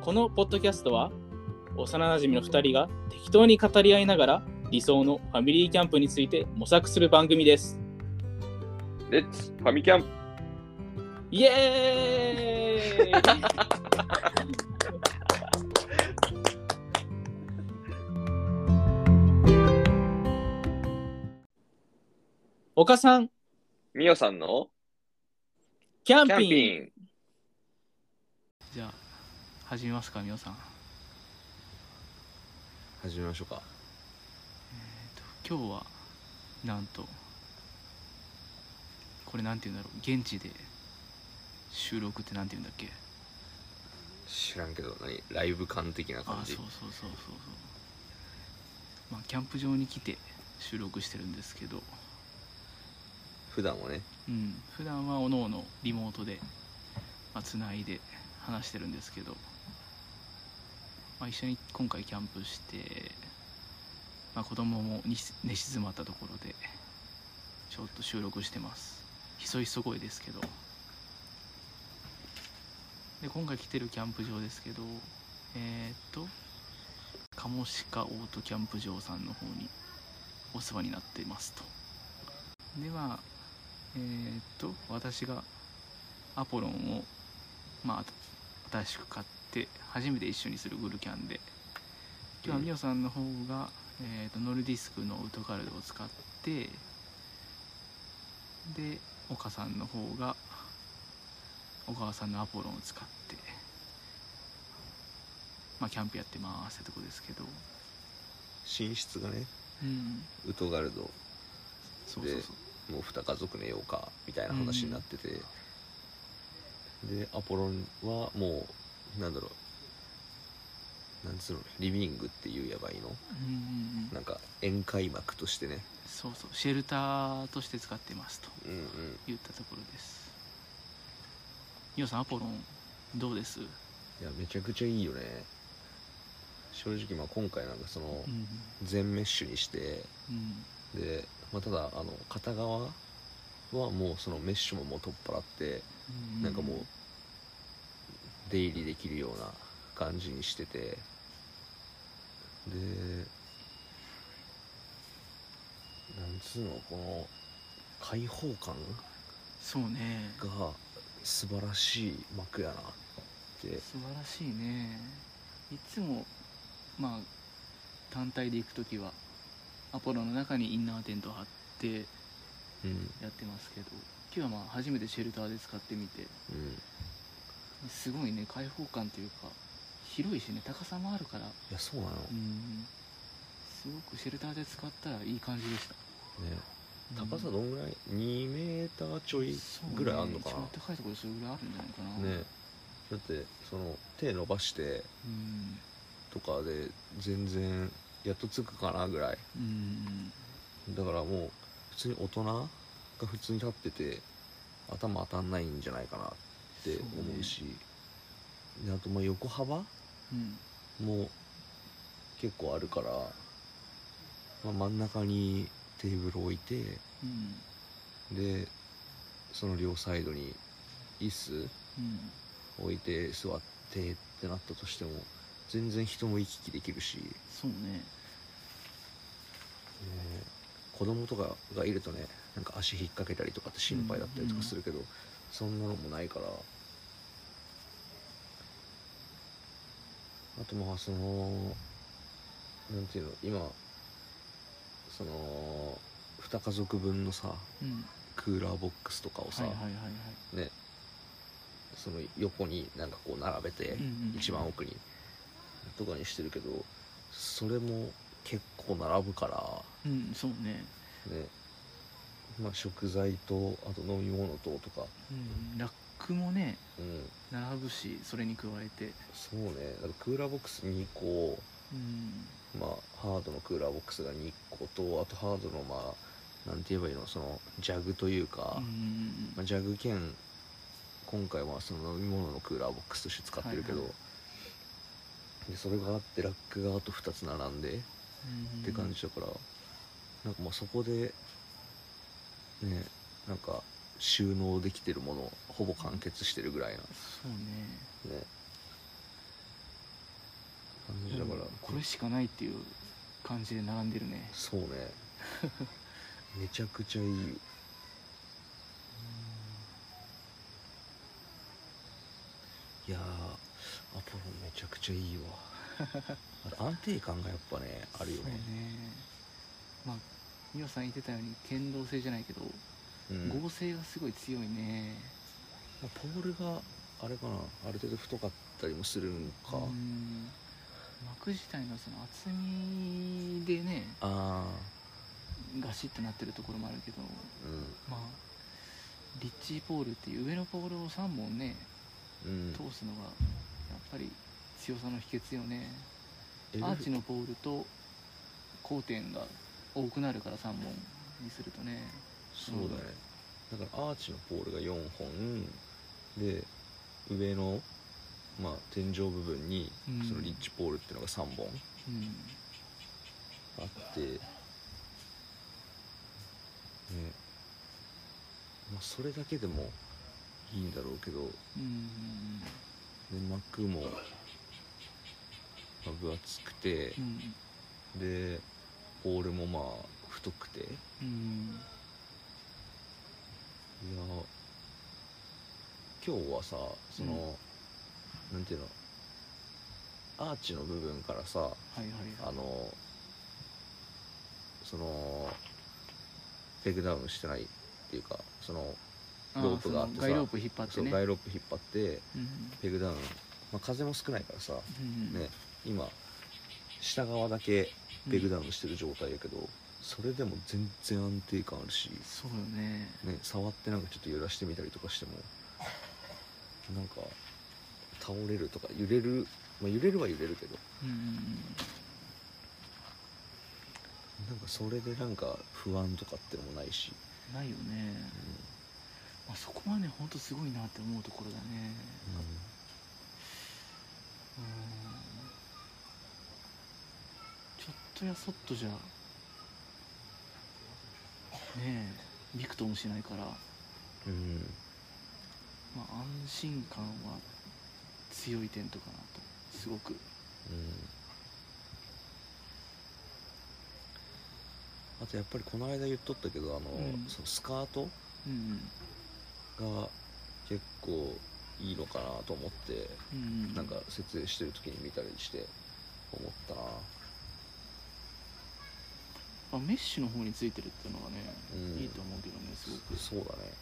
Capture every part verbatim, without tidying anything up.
このポッドキャストは幼なじみのふたりが適当に語り合いながら理想のファミリーキャンプについて模索する番組です。 レッツファミキャンプイエーイ岡さん、 みおさんのキャンキャンピング。 ピング。 じゃあ始めますか、みおさん。 始めましょうか。 えーと今日はなんとこれなんていうんだろう、現地で収録ってなんていうんだっけ。 知らんけど何ライブ感的なあ感じ。 そうそうそうそうそう、まあキャンプ場に来て収録してるんですけど、 普段はね。 うん普段はおのおのリモートでまあつないで話してるんですけど、まあ、一緒に今回キャンプして、まあ、子供もに寝静まったところでちょっと収録してます。ひそひそ声ですけど。で今回来てるキャンプ場ですけど、えー、っと鴨鹿オートキャンプ場さんの方にお世話になっていますと。でまあえー、っと私がアポロンをまあ新しく買って初めて一緒にするグルキャンで、今日はみおさんの方が、えー、とノルディスクのウトガルドを使って、で岡さんの方が小川さんのアポロンを使ってまあキャンプやってますってとこですけど、 寝室がね、 うんウトガルドそうそうそうもうに家族寝ようかみたいな話になってて、でアポロンはもうなんだろう、なんつうの、リビングって言えばいいの、 うんうんうん、 なんか宴会幕としてね。 そうそうシェルターとして使ってますとうんうん。 言ったところです。みおさんアポロンどうです？ いやめちゃくちゃいいよね。正直まあ今回なんかそのうん全メッシュにしてうんで、まあ、ただあの片側はもうそのメッシュももう取っ払ってうん、 なんかもう出入りできるような感じにしてて、でなんつうの、この開放感そうね、 が素晴らしい幕やなって。 素晴らしいね。いつもまあ単体で行くときはアポロの中にインナーテント張ってうんやってますけど、今日はまあ初めてシェルターで使ってみて、 うんすごいね、開放感というか広いしね、高さもあるから、 いやそうなのね。 うんすごくシェルターで使ったらいい感じでした。 高さどんぐらい、にメーターちょいぐらいあんのかな。 そうね、一番高いところでそれぐらいあるんじゃないかな。 ね、だってその手伸ばしてうんとかで全然やっとつくかなぐらいうんだから、もう普通に大人が普通に立ってて頭当たんないんじゃないかなって思うし、であとまあ横幅うんも結構あるから、まあ、真ん中にテーブル置いて、 うんでその両サイドに椅子うん置いて座ってってなったとしても全然人も行き来できるし、 そうね、 ね、子供とかがいるとね、なんか足引っ掛けたりとかって心配だったりとかするけど、うんうん、そんなのもないから。あとまあそのなんていうの、今そのに家族分のさ、うん、クーラーボックスとかをさ、はいはいはいはい、ね、その横になんかこう並べて、うんうん、一番奥にとかにしてるけど、それも結構並ぶから、 うんそうね、 ね、まあ食材とあと飲み物ととか、 うん、ラックもね、 うん、 並ぶし、それに加えてそうね、だからクーラーボックスにこ、うん、まあハードのクーラーボックスがにこと、あとハードのまあなんて言えばいいの、そのジャグというか、うんまあ、ジャグ兼今回はその飲み物のクーラーボックスとして使ってるけど、はいはい、でそれがあってラックがあとふたつ並んで、うん、って感じだから、なんかまあそこでね、なんか収納できてるものほぼ完結してるぐらいな。 そうね。 ね。 感じだから、 うんこれしかないっていう感じで並んでるね。 そうねめちゃくちゃいいよ。いやーアポロンめちゃくちゃいいわあと安定感がやっぱねあるよそうね。 ね。 まあミオさん言ってたように剣道性じゃないけど、 うん合成がすごい強いね。 まあポールがあれかな、ある程度太かったりもするんか。 うん膜自体のその厚みでねあガシッとなってるところもあるけど、 あうんまあリッチーポールっていう上のポールをさんぼんねうん通すのがやっぱり強さの秘訣よね。 エルアーチのポールと交点が多くなるからさんぼんにするとね。 そうだね、だからアーチのポールがよんほんで上のまあ天井部分にうんそのリッチポールっていうのがさんぼんうんあってね、まあそれだけでもいいんだろうけど、 うんで膜もまあ分厚くてう、んでポールもまあ太くて、いやうん今日はさその、なんていうのアーチの部分からさはいはいはい。 あのそのペグダウンしてないっていうかそのあーロープがあってさそのガイロープ引っ張ってそうね。 ガイロープ引っ張ってうんペグダウン、まあ、風も少ないからさ、 うんね今下側だけペグダウンしてる状態やけど、それでも全然安定感あるし、 そうよね。 ね、触ってなんかちょっと揺らしてみたりとかしてもなんか倒れるとか揺れる、まあ、揺れるは揺れるけどうんなんかそれでなんか不安とかってのもないし、 ないよね。まあ、そこはねほんとすごいなって思うところだね。うんちょっとやそっとじゃねえびくともしないから、 うん、うんまあ、安心感は強い点とかなとすごく。 うん、あとやっぱりこの間言っとったけどあの、 うんそのスカートうんが結構いいのかなと思って、 うんなんか設営してる時に見たりして思ったな。 あメッシュの方についてるっていうのがね、 うんいいと思うけどねすごく。 そうだね。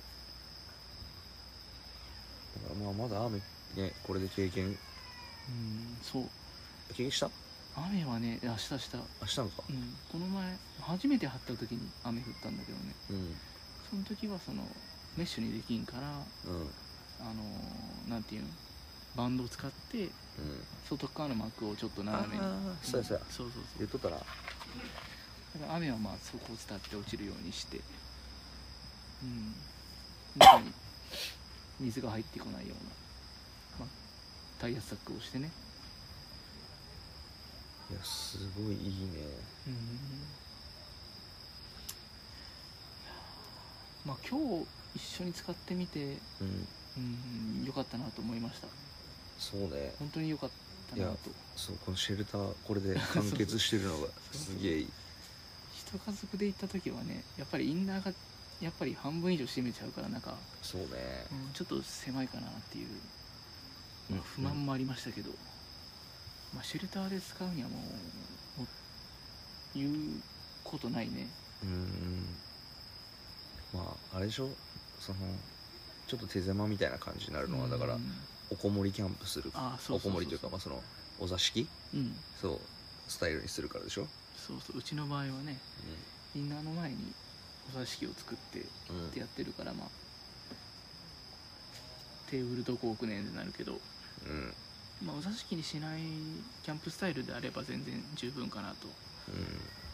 だからまあまだ雨ねこれで経験うんそう経験した雨はね明日した、 あしたんか。 うん、この前初めて張った時に雨降ったんだけどね、 うんその時はそのメッシュにできんからうんあのーなんていうんバンドを使ってうん外側の膜をちょっと斜めに。 ああそうやそうやそうそうそう。 言っとったな。 だから雨はまあそこを伝って落ちるようにして、うん中に水が入ってこないような、まあ、タイヤサックをしてね。 いやすごいいいね。 うんまあ今日一緒に使ってみて、 うんうん、良かったなと思いました。 そうね。 本当に良かったなと。 そうこのシェルターこれで完結してるのがすげえいい。 一家族で行った時はねやっぱりインナーがやっぱり半分以上占めちゃうからなんか、 そうね。 うん、ちょっと狭いかなっていう、まあうん不満もありましたけど、まあ、シェルターで使うにはもうもう言うことないね。 うんまああれでしょそのちょっと手狭みたいな感じになるのはだからうんおこもりキャンプするあそうそうそうそうおこもりというかまあそのお座敷うんそうスタイルにするからでしょ。 そうそううちの場合はねインナーの前にお座敷を作ってっうんうんてやってるから、まあテーブルどこ置くねんってなるけど、 うんまあ、お座敷にしないキャンプスタイルであれば全然十分かなと。 うん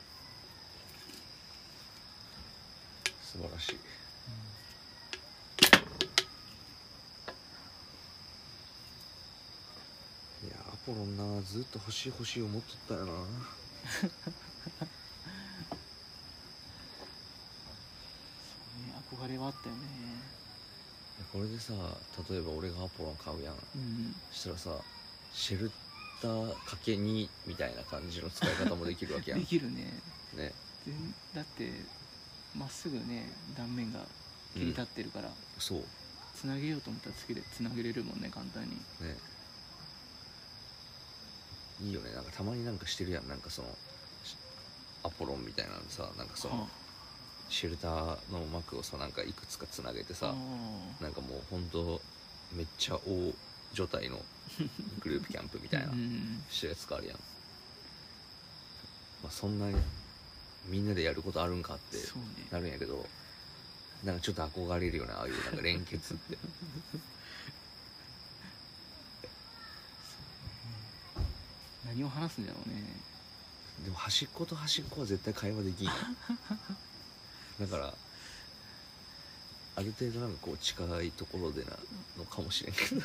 素晴らしい。いやアポロンなずっと欲しい欲しい思っとったよな。 ね、憧れはあったよね。 これでさ例えば俺がアポロン買うやんうんそしたらさシェルターかけにみたいな感じの使い方もできるわけやんできるね。 ね。 全だってまっすぐね断面が切り立ってるから、うん、 そうつなげようと思ったらつけれつなげれるもんね、簡単にね。いいよね。なんかたまになんかしてるやん、なんかそのアポロンみたいなのさ、なんかその、はあ、シェルターの膜をさなんかいくつかつなげてさ、なんかもうほんとめっちゃ大状態のグループキャンプみたいなしてるやつがあるやんまあそんなにみんなでやることあるんかってなるんやけど、ね、なんかちょっと憧れるよね、ああいうなんか連結って何を話すんだろうね。 でも端っこと端っこは絶対会話できんやんだからある程度なんかこう近いところでなのかもしれんけど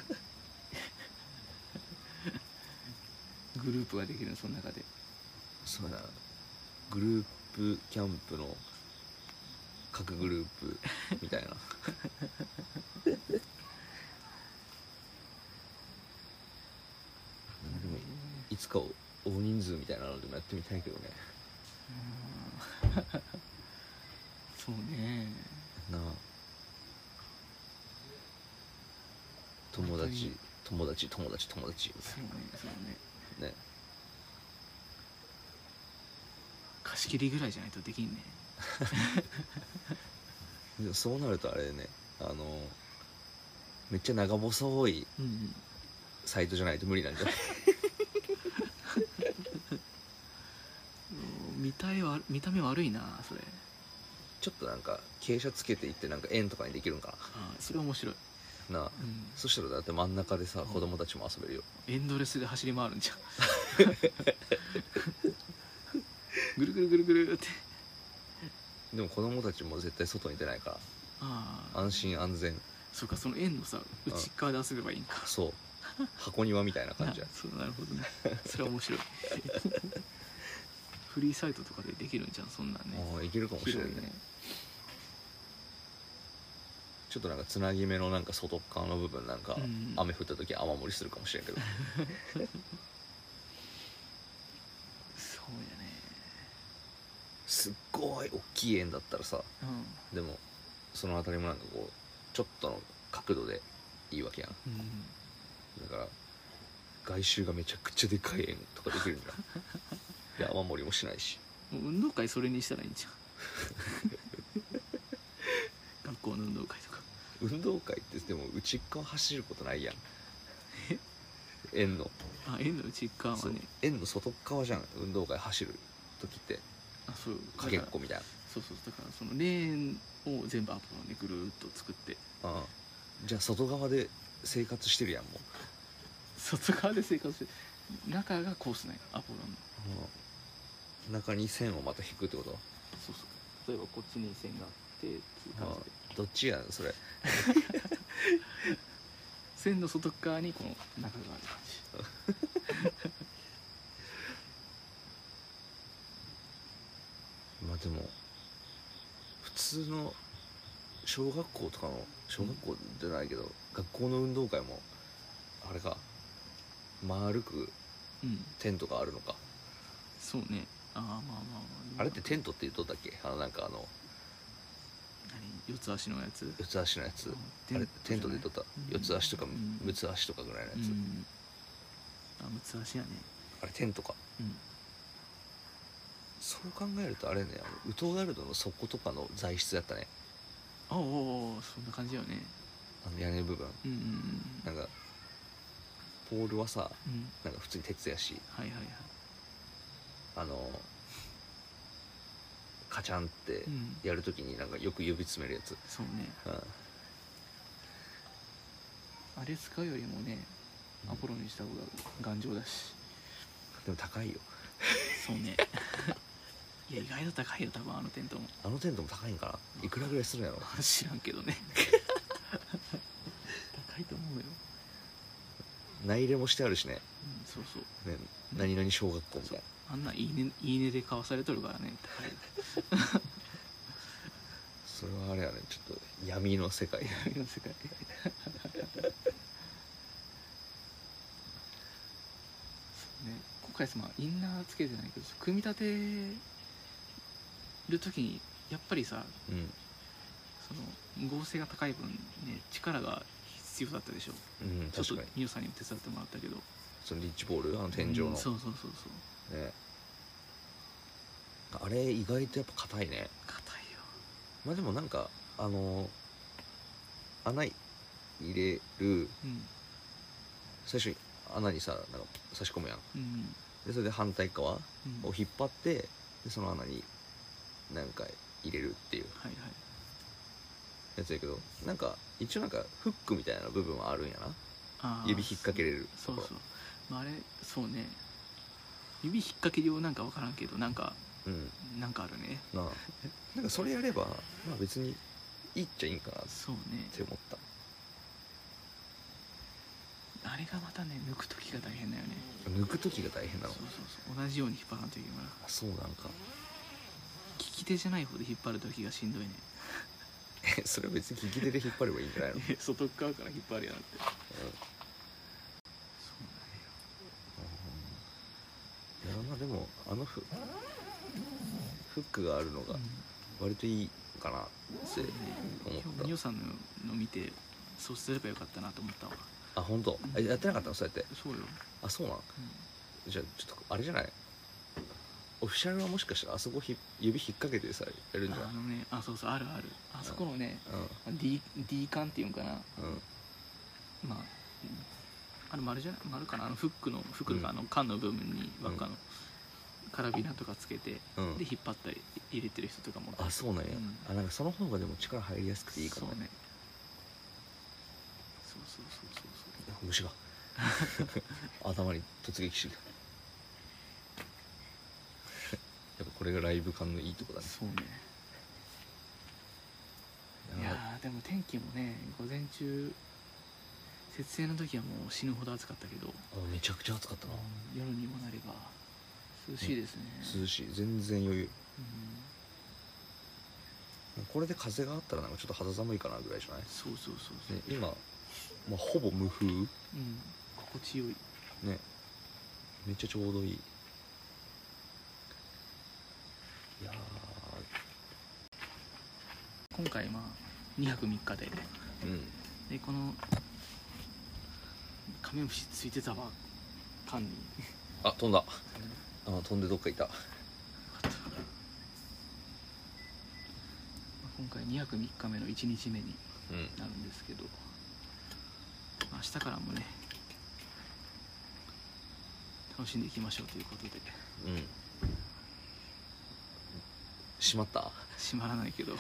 グループができるの、その中で。 そうやな、グループキャンプの各グループみたいなでもいつか大人数みたいなのでもやってみたいけどねそうね。 なあ、友達友達友達友達そうね、そうね。 ね、 貸し切りぐらいじゃないとできんねでもそうなるとあれね、あのめっちゃ長細いサイトじゃないと無理なんじゃない見た目は見た目悪いなそれ。 ちょっとなんか傾斜つけていってなんか円とかにできるんかな。 ああ、それ面白いなあ、うん、そしたらだって真ん中でさ、 うん、 子供たちも遊べるよ。 エンドレスで走り回るんじゃんぐるぐるぐるぐるって。 でも子供たちも絶対外に出ないから、ああ、安心安全。 そうか、その円のさ内側で遊べばいいんか。 そう、箱庭みたいな感じやそう、なるほどねそれは面白いフリーサイトとかでできるんじゃん、そんなんね。 ああ、いけるかもしれないね。ちょっとなんかつなぎ目のなんか外側の部分なんか、うん、雨降った時雨漏りするかもしれんけどそうやね。 すっごい大きい円だったらさ、うん、でもその辺りもなんかこうちょっとの角度でいいわけやん、うん、だから外周がめちゃくちゃでかい円とかできるんじゃんで雨漏りもしないし。 もう運動会それにしたらいいんじゃん学校の運動会とか。 運動会ってでも内側走ることないやん円の。 あ、円の内側はね、 円の外側じゃん運動会走る時って。 あ、そう、 かけっこみたいな。 そうそう、だからそのレーンを全部アポロンでぐるーっと作って。 ああ、じゃあ外側で生活してるやん。もう外側で生活してる。中がコースね、アポロンの、 うん、中に線をまた引くってこと。 そうそう、例えばこっちに線があってっていう感じで。 どっちやんそれ線の外側にこの中がある感じまあでも普通の小学校とかの小学校じゃないけど、うん、学校の運動会もあれか丸くテントがあるのか、うん、 そうね。ああ、まあまあまあ、 あれってテントって言うとったっけ。あのなんかあの四つ足のやつ。 四つ足のやつ。あれテントで撮った。四つ足とか六つ足とかぐらいのやつ。うん、 あ、六つ足やね。 あれテントか。うん、そう考えるとあれね、あのウトガルドの底とかの材質やったね。 ああ、そんな感じよね。 あの屋根部分。うんうんうん、なんかポールはさ、うん、なんか普通に鉄やし。はいはいはい。あの。カチャンってやるときになんかよく指詰めるやつ、うん、 そうね、うん、あれ使うよりもね、うん、アポロにした方が頑丈だし。 でも高いよそうねいや意外と高いよ多分あのテントも。 あのテントも高いんかな。いくらぐらいするんやろ知らんけどね高いと思うよ。 内入れもしてあるしね、 うん、そうそう、 ね、何々小学校みたいな。 あんないいね、いいねで買わされとるからねそれはあれやね、ちょっと闇の世界闇の世界そう回さ、まあ、インナーつけてないけど組み立てる時にやっぱりさ、 うんその合成が高い分ね力が必要だったでしょ。 うんちょっと確かにミオさんにも手伝ってもらったけど、 そのリッチボールあの天井の、 うんそうそうそうそうね、あれ意外とやっぱ硬いね。 硬いよ。 まあでもなんかあの穴入れるうん最初に穴にさなんか差し込むやん。 うんでそれで反対側をうん引っ張ってでその穴に何か入れるっていうはいはいやつやけど、なんか一応なんかフックみたいな部分はあるんやな。 あー指引っ掛けれるところ。 そうそう、まあ、あれそうね指引っ掛け量なんか分からんけどなんかうんなんかあるね。 なあなんかそれやればまあ別にいいっちゃいいんかなっそうね、 て思った。 あれがまたね抜く時が大変だよね。 抜く時が大変なの。 そうそうそう同じように引っ張らんといけないからあそうなんか利き手じゃない方で引っ張る時がしんどいね。 えそれは別に利き手で引っ張ればいいんじゃないの？ 外側から引っ張るやんって。そういやまあでもあのフフックがあるのがなんだよ、 割といいかなってそうね思今日った。 ミオさんのの見てそうすればよかったなと思ったわ。 あ本当。あやってなかったのそうやって。 そうよ、 あそうなん。 うじゃあちょっとあれじゃない、オフィシャルはもしかしたらあそこひ指引っ掛けてさやるんん、 じゃない？ あのねあそうそうあるあるあそこのね、 う D, D 缶っていうんかな、 んうんまああの丸じゃない丸かな、あのフックのフックとかあの缶の部分に輪っかのカラビナとかつけて、 うんで引っ張ったり入れてる人とかもあそうなんや、 うんあなんかその方がでも力入りやすくていいかもそうねね。 そうそうそうそう虫が頭に突撃してきたやっぱこれがライブ感のいいとこだね。 そうね。いやーでも天気もね午前中節制の時はもう死ぬほど暑かったけど、 あめちゃくちゃ暑かったな。 夜にもなれば涼しいですね。 涼しい全然余裕。 うん、 これで風があったらなんかちょっと肌寒いかなぐらいじゃない？ そうそうそうそう、 ね、今、まあ、ほぼ無風ね。 うん心地よい。 めっちゃちょうどいい。いや今回まあにはくみっかでーうんでこのカメムシついてたわ缶にあ飛んだ。あ飛んでどっかいた。 今回にはくみっかめのいちにちめにうんなるんですけど、明日からもね楽しんでいきましょうということで。 うんしまった閉まらないけど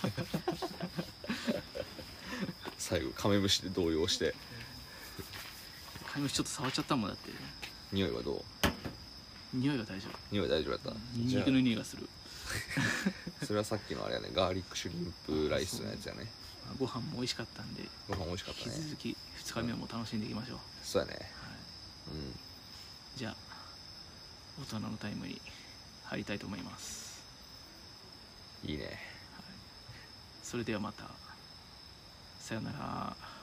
最後カメムシで動揺してカメムシちょっと触っちゃったもんだって。 匂いはどう？ 匂いは大丈夫。 匂い大丈夫だった？ ニンニクの匂いがする。 それはさっきのあれやね、ガーリックシュリンプライスのやつやね。 ご飯も美味しかったんでご飯美味しかったね。 引き続きふつかめも楽しんでいきましょう、 そうやね。 はい、 うんじゃあ大人のタイムに入りたいと思います。 いいね。 それではまたさよなら。